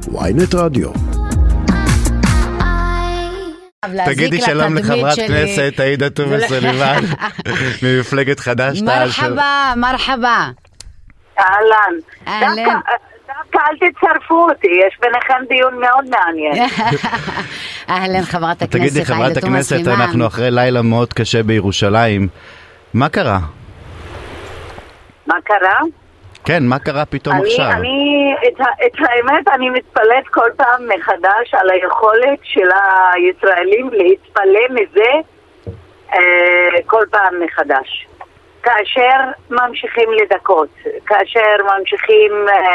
ynet רדיו. תגידי שלום לחברת כנסת עאידה תומא סלימאן ממפלגת חד"ש. מרחבה. אהלן. דווקא אל תצרפו אותי, יש ביניכם דיון מאוד מעניין. אהלן חברת הכנסת. תגידי חברת הכנסת, אנחנו אחרי לילה מאוד קשה בירושלים. מה קרה? מה קרה? כן, מה קרה פתאום עכשיו? את האמת, אני מתפלאת כל פעם מחדש על היכולת של הישראלים להתפלא מזה כל פעם מחדש. כאשר ממשיכים לדקות, כאשר ממשיכים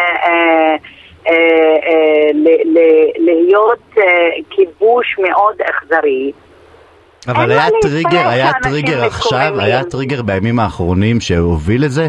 להיות כיבוש מאוד אכזרי. אבל היה טריגר עכשיו, היה טריגר בימים האחרונים שהוביל לזה?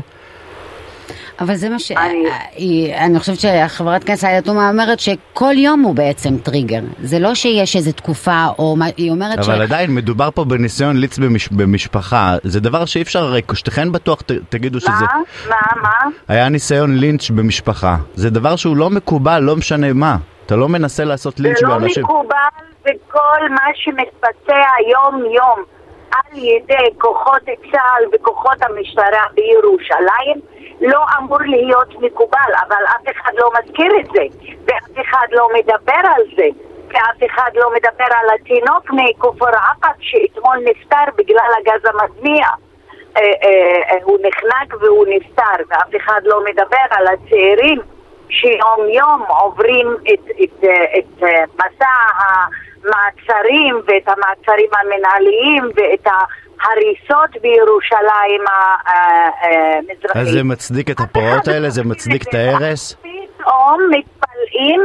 אבל זה מה אני חושבת שחברת כנסת עאידה תומא אומרת שכל יום הוא בעצם טריגר. זה לא שיש איזו תקופה, או היא אומרת אבל עדיין מדובר פה בניסיון ליץ במשפחה. זה דבר שאי אפשר, הרי שתכן בטוח תגידו שזה... מה? היה ניסיון לינץ' במשפחה. זה דבר שהוא לא מקובל, לא משנה מה. אתה לא מנסה לעשות לינץ' באנשים. זה לא מקובל, וכל מה שמתבצע יום-יום על ידי כוחות צה"ל וכוחות המשטרה בירושלים לא אמור להיות מקובל, אבל אף אחד לא מזכיר את זה, ואף אחד לא מדבר על זה, ואף אחד לא מדבר על התינוק מכפר עקב שאתמול נפטר בגלל הגז המדמיע. הוא נחנק והוא נפטר, ואף אחד לא מדבר על הצעירים שיום יום עוברים את מסע המעצרים ואת המעצרים המנהליים ואת ההריסות בירושלים המזרחית. אז זה מצדיק את הפרעות האלה? זה מצדיק את ההרס? פתאום מתפלאים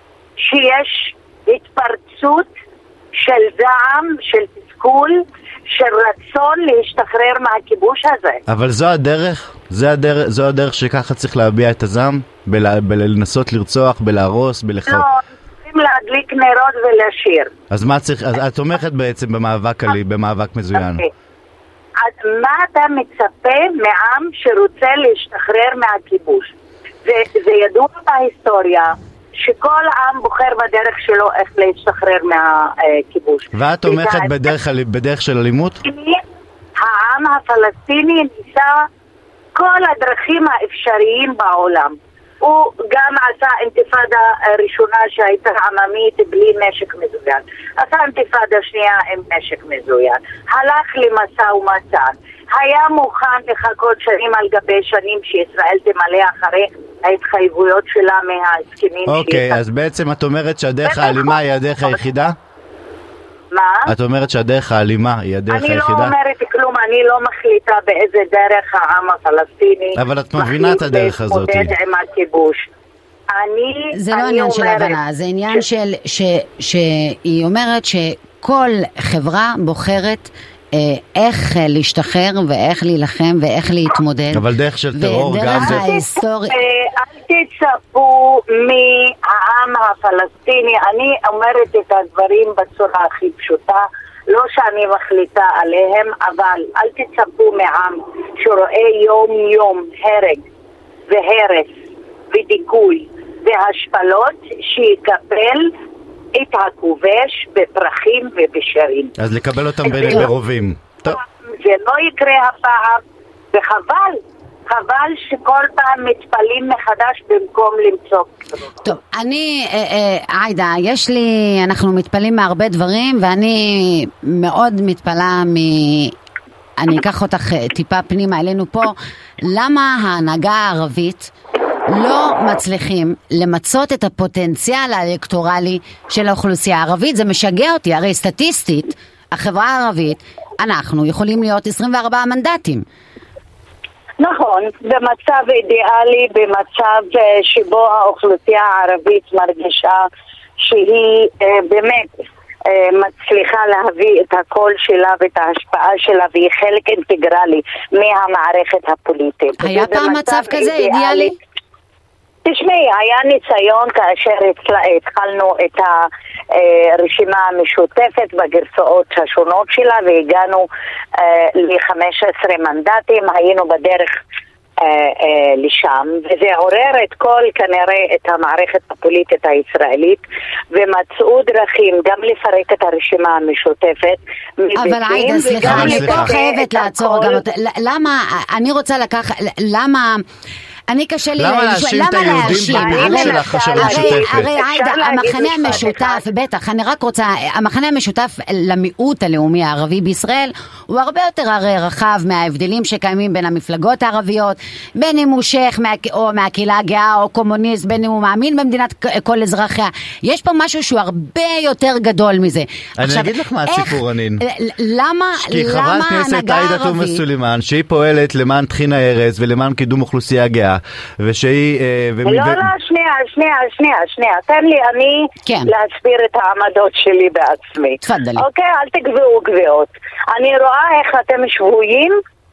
שיש התפרצות של זעם, של תסכול, של רצון להשתחרר מהכיבוש הזה. אבל זו הדרך? זו הדרך שככה צריך להביע את הזעם? בלנסות לרצוח, בלהרוס, בלחר... לא, צריכים להדליק נרות ולשיר. אז מה צריך? אז את תומכת בעצם במאבק מזוין. אז מה אתה מצפה מעם שרוצה להשתחרר מהכיבוש? זה ידוע בהיסטוריה שכל עם בוחר בדרך שלו איך להשתחרר מהכיבוש. ואת תומכת בדרך של אלימות? העם הפלסטיני ניסה כל הדרכים האפשריים בעולם. הוא גם עשה אינתיפאדה ראשונה שהייתה עממית בלי נשק מזוין. עשה אינתיפאדה שנייה עם נשק מזוין. הלך למשא ומתן. היה מוכן לחכות שנים על גבי שנים שישראל תמלא אחרי ההתחייבויות שלה מההסכמים. אוקיי, אז בעצם את אומרת שהדרך האלימה היא הדרך היחידה? מה? את אומרת שהדרך האלימה היא הדרך היחידה? אני לא אומרת כלום, אני לא מחליטה באיזה דרך העם הפלסטיני. אבל את מבינה את הדרך הזאת. מחליט להתמודד עם הכיבוש. זה לא עניין של הבנה, זה עניין שהיא אומרת שכל חברה בוחרת איך להשתחרר ואיך להילחם ואיך להתמודד. אבל דרך של טרור גם זה... אל תצפו מהעם הפלסטיני, אני אומרת את הדברים בצורה הכי פשוטה, לא שאני מחליטה עליהם, אבל אל תצפו מעם שרואה יום יום הרג והרס ודיכוי והשפלות שיקבל את הכובש בפרחים ובשרים. אז לקבל אותם ברובים. זה לא יקרה הפעם, חבל שכל פעם מתפלים מחדש במקום למצוא. טוב, עאידה, אנחנו מתפלים מהרבה דברים, ואני מאוד מתפלה אני אקח אותך טיפה פנימה אלינו פה, למה ההנהגה הערבית לא מצליחים למצות את הפוטנציאל האלקטורלי של האוכלוסייה הערבית? זה משגע אותי, הרי סטטיסטית, החברה הערבית, אנחנו יכולים להיות 24 מנדטים. נכון, במצב אידיאלי, במצב שבו האוכלוסייה הערבית מרגישה שהיא באמת מצליחה להביא את הקול שלה ואת ההשפעה שלה, והיא חלק אינטגרלי מהמערכת הפוליטית. היה פעם מצב כזה אידיאלי? תשמעי, היה ניסיון כאשר התחלנו את הרשימה המשותפת בגרסאות השונות שלה והגענו ל-15 מנדטים, היינו בדרך לשם, וזה עורר את כל כנראה את המערכת הפוליטית הישראלית, ומצאו דרכים גם לפרק את הרשימה המשותפת. אבל עאידה, סליחה, אני פה חייבת לעצור גם אותה. למה, אני רוצה לקחת, למה... אני קשה לי... למה להאשים את היהודים בפירוק של הרשימה המשותפת? הרי עאידה, המחנה המשותף, בטח, אני רק רוצה, המחנה המשותף למיעוט הלאומי הערבי בישראל, הוא הרבה יותר הרי רחב מההבדלים שקיימים בין המפלגות הערביות, בין אם הוא שייך או מהקהילה הגאה או קומוניסט, בין אם הוא מאמין במדינת כל אזרחיה. יש פה משהו שהוא הרבה יותר גדול מזה. אני אגיד לך מה הסיפור, רנין. למה כי חברת כנסת עאידה תומא סלימאן, שהיא פועלת למען טחינה ארץ ולמען קידום אוכלוסייה גאה, ושהיא... לא, שנייה, תן לי אני להסביר את העמדות שלי בעצמי. תפדלי. אוקיי, אל תגבעו גביעות. אני רואה איך אתם שבויים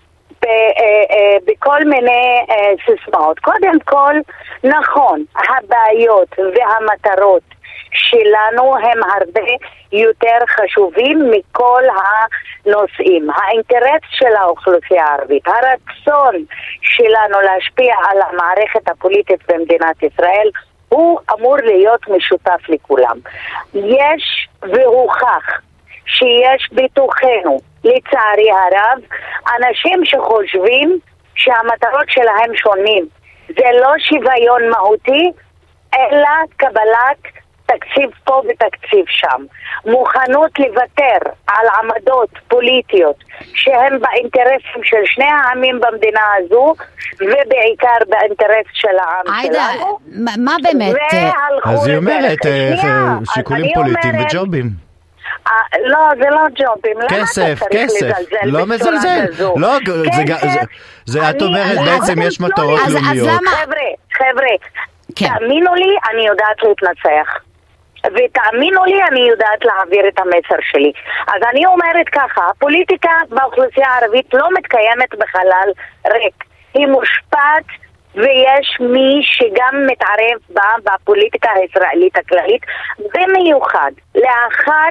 בכל מיני סיסמאות. קודם כל, נכון, הבעיות והמטרות שלנו הם הרבה יותר חשובים מכל הנושאים. האינטרס של האוכלוסייה הערבית, הרצון שלנו להשפיע על המערכת הפוליטית במדינת ישראל, הוא אמור להיות משותף לכולם. יש והוכח שיש בתוכנו, לצערי הרב, אנשים שחושבים שהמטרות שלהם שונים. זה לא שוויון מהותי, אלא קבלת תקציב פה ותקציב שם. מוכנות לוותר על עמדות פוליטיות שהן באינטרסים של שני העמים במדינה הזו, ובעיקר באינטרס של העם שלנו. מה באמת? אז היא אומרת שיקולים פוליטיים וג'ובים. לא, זה לא ג'ובים. כסף, לא מזלזל. לא, את אומרת בעצם יש מטרות לאומיות. חבר'ה, תאמינו לי, אני יודעת להתנצח. ותאמינו לי, אני יודעת להעביר את המסר שלי. אז אני אומרת ככה, הפוליטיקה באוכלוסייה הערבית לא מתקיימת בחלל ריק. היא מושפעת, ויש מי שגם מתערב בה בפוליטיקה הישראלית הכללית, במיוחד לאחר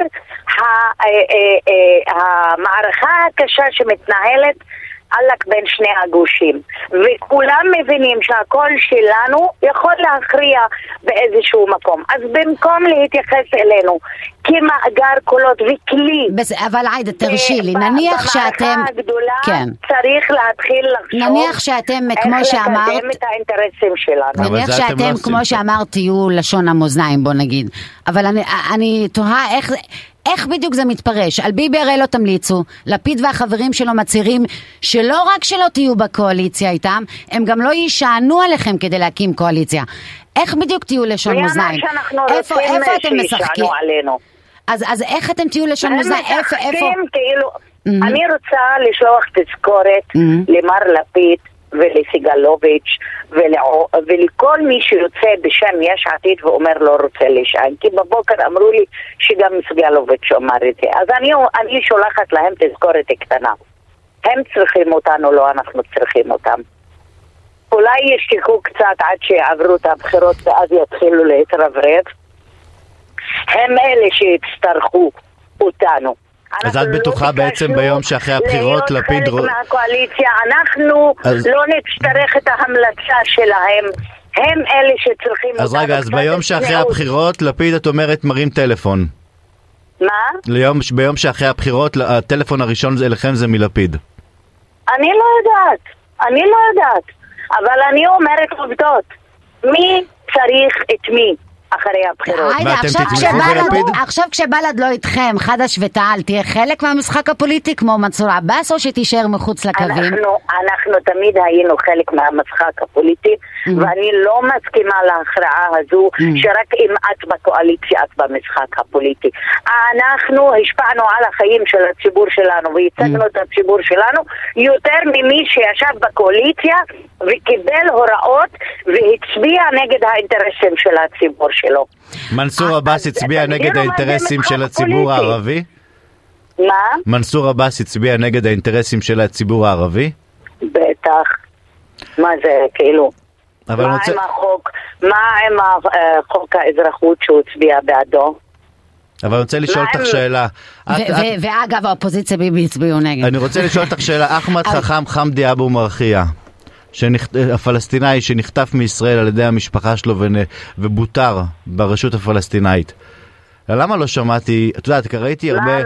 המערכה הקשה שמתנהלת עלק בין שני הגושים, וכולם מבינים שהקול שלנו יכול להכריע באיזשהו מקום. אז במקום להתייחס אלינו כמאגר קולות וכלי, אבל עאידה, תרשי לי, נניח שאתם כן, צריך להתחיל לחשוב נניח שאתם, כמו שאמרת, לקדם את האינטרסים שלנו. נניח שאתם, כמו שאמרת, תהיו לשון המאזניים, בוא נגיד. אבל אני תוהה איך בדיוק זה מתפרש? על ביבי הרי לא תמליצו, לפיד והחברים שלו מצהירים שלא רק שלא תהיו בקואליציה איתם, הם גם לא יישענו עליכם כדי להקים קואליציה. איך בדיוק תהיו לשון מאזניים? איפה אתם משחקים? אז איך אתם תהיו לשון מאזניים? איפה? אני רוצה לשלוח תזכורת למר לפיד ולסיגלוביץ' ולכל מי שיוצא בשם יש עתיד ואומר לא רוצה לשען, כי בבוקר אמרו לי שגם סגלוביץ' אומר את זה. אז אני שולחת להם תזכורת קטנה. הם צריכים אותנו, לא אנחנו צריכים אותם. אולי ישתיקו קצת עד שיעברו את הבחירות ואז יתחילו להתרברב. הם אלה שיצטרכו אותנו. אז את בטוחה בעצם ביום שאחרי הבחירות לפיד... אנחנו לא נצטרך את ההמלצה שלהם, הם אלה שצריכים... אז רגע, אז ביום שאחרי הבחירות לפיד את אומרת מרים טלפון. מה? ביום שאחרי הבחירות הטלפון הראשון אליכם זה מלפיד. אני לא יודעת, אבל אני אומרת עובדות. מי צריך את מי? אחרי הבחירות. עכשיו כשבל"ד לא איתכם, חד"ש ותע"ל, תהיה חלק מהמשחק הפוליטי כמו מנסור עבאס, או שתישאר מחוץ לקווים? אנחנו תמיד היינו חלק מהמשחק הפוליטי, ואני לא מסכימה להכרעה הזו שרק אם את בקואליציה את במשחק הפוליטי. אנחנו השפענו על החיים של הציבור שלנו וייצגנו את הציבור שלנו יותר ממי שישב בקואליציה וקיבל הוראות והצביע נגד האינטרסים של הציבור שלו. מנסור עבאס הצביע נגד האינטרסים של הציבור הערבי? מה? מנסור עבאס הצביע נגד האינטרסים של הציבור הערבי? בטח. מה זה כאילו? מה עם חוק האזרחות שהוא הצביע בעדו? אבל אני רוצה לשאול אותך שאלה. ואגב, האופוזיציה ביבי הצביעו נגד. אני רוצה לשאול אותך שאלה. אחמד חכם חמדי אבו מרחיה, הפלסטיני שנחטף מישראל על ידי המשפחה שלו ובוטר ברשות הפלסטינאית. למה לא שמעתי, את יודעת, כי ראיתי הרבה...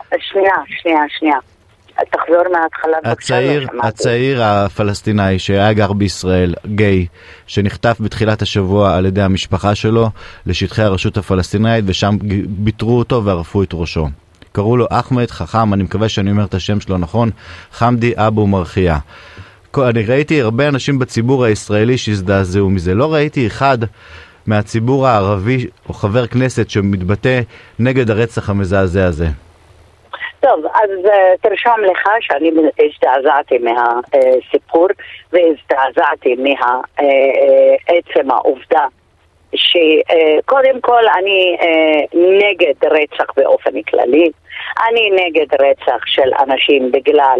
שנייה. תחזור מההתחלה. הצעיר הפלסטיני שהיה גר בישראל, גיי, שנחטף בתחילת השבוע על ידי המשפחה שלו לשטחי הרשות הפלסטינאית, ושם ביטרו אותו וערפו את ראשו. קראו לו אחמד חכם, אני מקווה שאני אומר את השם שלו נכון, חמדי אבו מרחיה. אני ראיתי הרבה אנשים בציבור הישראלי שהזדעזעו מזה. לא ראיתי אחד מהציבור הערבי או חבר כנסת שמתבטא נגד הרצח המזעזע הזה. טוב, אז תרשום לך שאני הזדעזעתי מהסיפור והזדעזעתי מעצם העובדה שקודם כל אני נגד רצח באופן כללי, אני נגד רצח של אנשים בגלל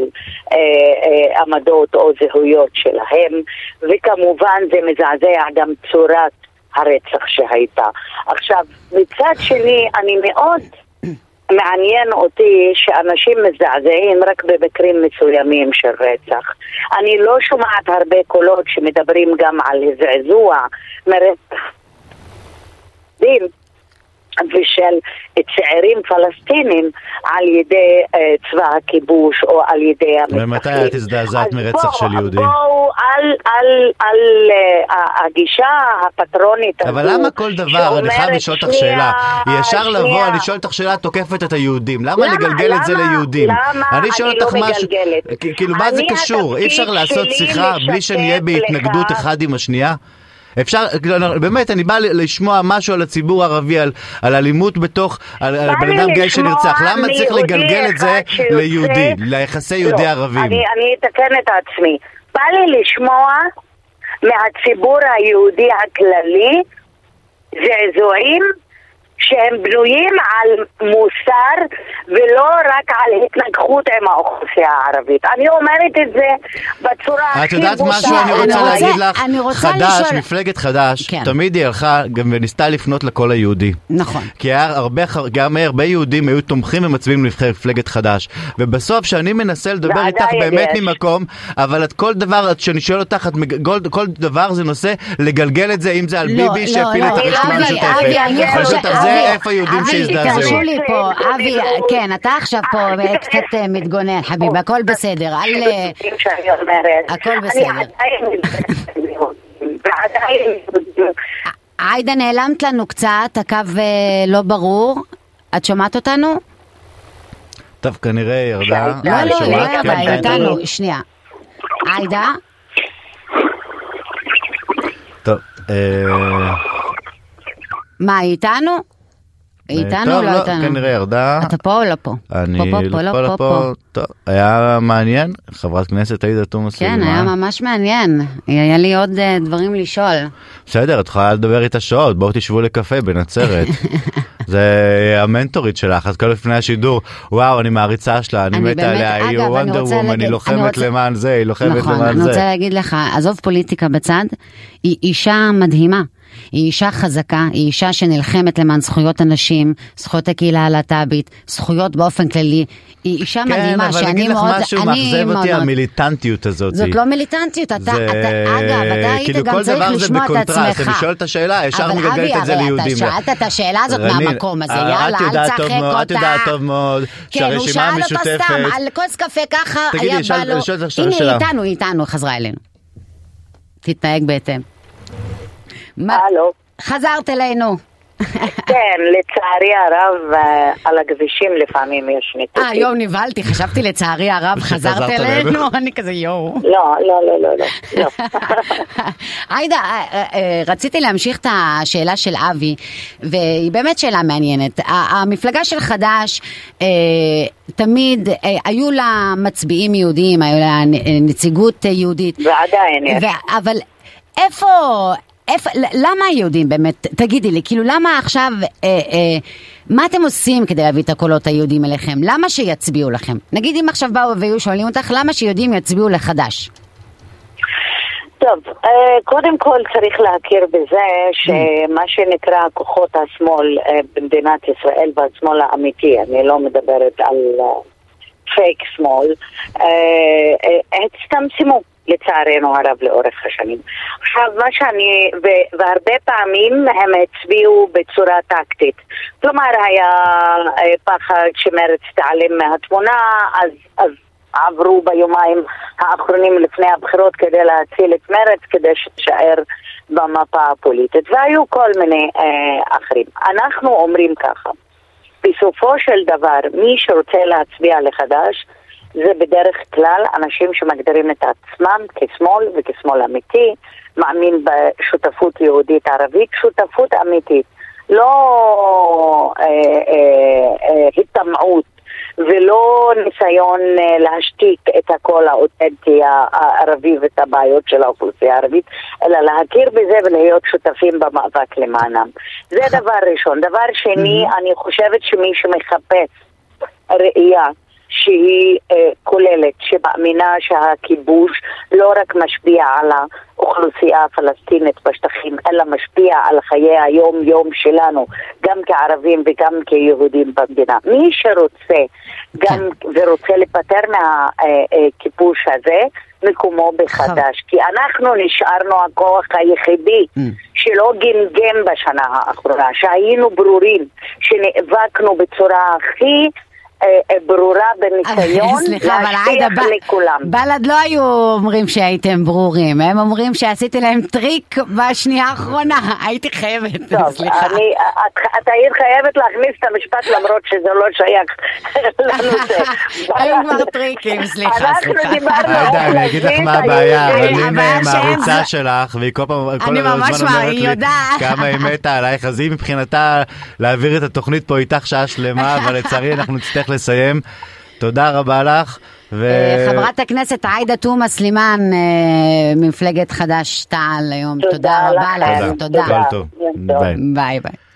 עמדות או זהויות שלהם, וכמובן זה מזעזע גם צורת הרצח שהייתה. עכשיו, מצד שני אני מאוד מעניין אותי שאנשים מזעזעים רק במקרים מסוימים של רצח. אני לא שומעת הרבה קולות שמדברים גם על זעזוע מרצח דין ושל צעירים פלסטינים על ידי צבא הכיבוש או על ידי המתנחלים. ומתי את הזדעזעת מרצח של יהודים? בואו על הגישה הפטרונית הזו. אבל למה כל דבר, אני חייב לשאול אותך שאלה, ישר לבוא, אני שואל אותך שאלה תוקפת את היהודים, למה לגלגל את זה ליהודים? אני שואל אותך משהו, כאילו מה זה קשור? אי אפשר לעשות שיחה בלי שנהיה בהתנגדות אחד עם השנייה? אפשר, באמת, אני בא לשמוע משהו על הציבור הערבי, על אלימות בתוך, על בן אדם גיי שנרצח. למה צריך לגלגל את זה ליהודי, ליחסי יהודי ערבים? אני אתקן את עצמי. בא לי לשמוע מהציבור היהודי הכללי זעזועים שהם בנויים על מוסר ולא רק על התנגחות עם האוכלוסייה הערבית. אני אומרת את זה בצורה הכי... את יודעת משהו אני רוצה להגיד לך? חדש, מפלגת חדש, תמיד היא הלכה גם וניסתה לפנות לכל היהודי. נכון. כי גם הרבה יהודים היו תומכים ומצביעים למפלגת חדש. ובסוף שאני מנסה לדבר איתך באמת ממקום, אבל את כל דבר, שאני שואל אותך, כל דבר זה נושא לגלגל את זה, אם זה על ביבי שהפיל את הרשימה המשותפת. איפה יהודים שהזדעזעו? תרשו לי פה, אבי, כן, אתה עכשיו פה קצת מתגונן, חביב, הכל בסדר. הכל בסדר. עאידה, נעלמת לנו קצת, הקו לא ברור. את שומעת אותנו? טוב, כנראה ירדה. לא, איתנו, שנייה. עאידה? טוב, מה, איתנו? איתנו או לא איתנו? טוב, כנראה ירדה. אתה פה או לא פה? אני לא פה. טוב, היה מעניין. חברת כנסת עאידה תומא סלימאן. כן, היה ממש מעניין. היה לי עוד דברים לשאול. בסדר, את יכולה לדבר איתה שעות. בואו תשבו לקפה בנצרת. זה המנטורית שלך. אז כל לפני השידור, וואו, אני מעריצה שלה, אני מתה עליה, היא וונדר וומן, היא לוחמת למען זה, היא לוחמת למען זה. נכון, אני רוצה להגיד לך, עזוב פוליטיקה בצד, היא אישה מדהימה. היא אישה חזקה, היא אישה שנלחמת למען זכויות אנשים, זכויות הקהילה הלהט"בית, זכויות באופן כללי. היא אישה מדהימה שאני מאוד... כן, אבל אני אגיד לך משהו, מאכזב אותי המיליטנטיות הזאת. זאת לא מיליטנטיות, אתה, אגב, אתה היית גם צריך לשמוע את עצמך. אני שואל את השאלה, ישר מגלגלת את זה ליהודים. אבל אבי, אתה שאלת את השאלה הזאת מהמקום הזה, יאללה, אל תשחק אותה. את יודעת טוב מאוד, שהרשימה המשותפת... כן, הוא שאל אותה סתם, על כוס קפה ככה, היה בא לו... הנה, איתנו, חזרה אלינו. תתנהג בהתאם. חזרת אלינו. כן, לצערי הרב על הכבישים לפעמים יש ניתוקים. יואו, נבלתי, חשבתי לצערי הרב חזרת אלינו, אני כזה יואו. לא. עאידה, רציתי להמשיך את השאלה של אבי, והיא באמת שאלה מעניינת. המפלגה של חד"ש, תמיד היו לה מצביעים יהודים, היו לה נציגות יהודית. ועדיין יש. אבל למה היהודים באמת, תגידי לי, כאילו למה עכשיו, מה אתם עושים כדי להביא את הקולות היהודים אליכם? למה שיצביעו לכם? נגיד אם עכשיו באו והיו שואלים אותך, למה שיהודים יצביעו לחד"ש? טוב, קודם כל צריך להכיר בזה שמה שנקרא כוחות השמאל במדינת ישראל והשמאל האמיתי, אני לא מדברת על פייק שמאל, הצטמצמו לצערנו הרב לאורך השנים. עכשיו מה והרבה פעמים הם הצביעו בצורה טקטית. כלומר היה פחד שמרץ תעלם מהתמונה, אז עברו ביומיים האחרונים לפני הבחירות כדי להציל את מרץ, כדי שתשאר במפה הפוליטית. והיו כל מיני אחרים. אנחנו אומרים ככה, בסופו של דבר מי שרוצה להצביע לחדש, זה בדרך כלל אנשים שמגדירים את עצמם כשמאל וכשמאל אמיתי, מאמין בשותפות יהודית ערבית, שותפות אמיתית, לא התטמעות ולא ניסיון להשתיק את הקול האותנטי הערבי ואת הבעיות של האוכלוסייה הערבית, אלא להכיר בזה ולהיות שותפים במאבק למענם. זה דבר ראשון. דבר שני, אני חושבת שמי שמחפש ראייה שהיא כוללת, שמאמינה שהכיבוש לא רק משפיע על האוכלוסייה הפלסטינית בשטחים, אלא משפיע על חיי היום-יום שלנו, גם כערבים וגם כיהודים במדינה. מי שרוצה גם ורוצה לפטר מהכיבוש הזה, מקומו בחדש. כי אנחנו נשארנו הכוח היחידי שלא גמגם בשנה האחרונה, שהיינו ברורים, שנאבקנו בצורה הכי ברורה בניסיון להשפיע לכולם. בל"ד לא היו אומרים שהייתם ברורים, הם אומרים שעשיתי להם טריק בשנייה האחרונה. הייתי חייבת, סליחה. אתה היית חייבת להכניס את המשפט למרות שזה לא שייך לנושא. היו כבר טריקים, סליחה. אני אגיד לך מה הבעיה, אני מהריצה שלך, והיא כל פעם אומרת לי כמה היא מתה עלייך, אז היא מבחינתה להעביר את התוכנית פה איתך שעה שלמה, אבל לצערי אנחנו נצטרך לסיים. תודה רבה לך. חברת הכנסת עאידה תומא סלימאן, מפלגת חדש תע"ל היום. תודה רבה לך. תודה. ביי ביי.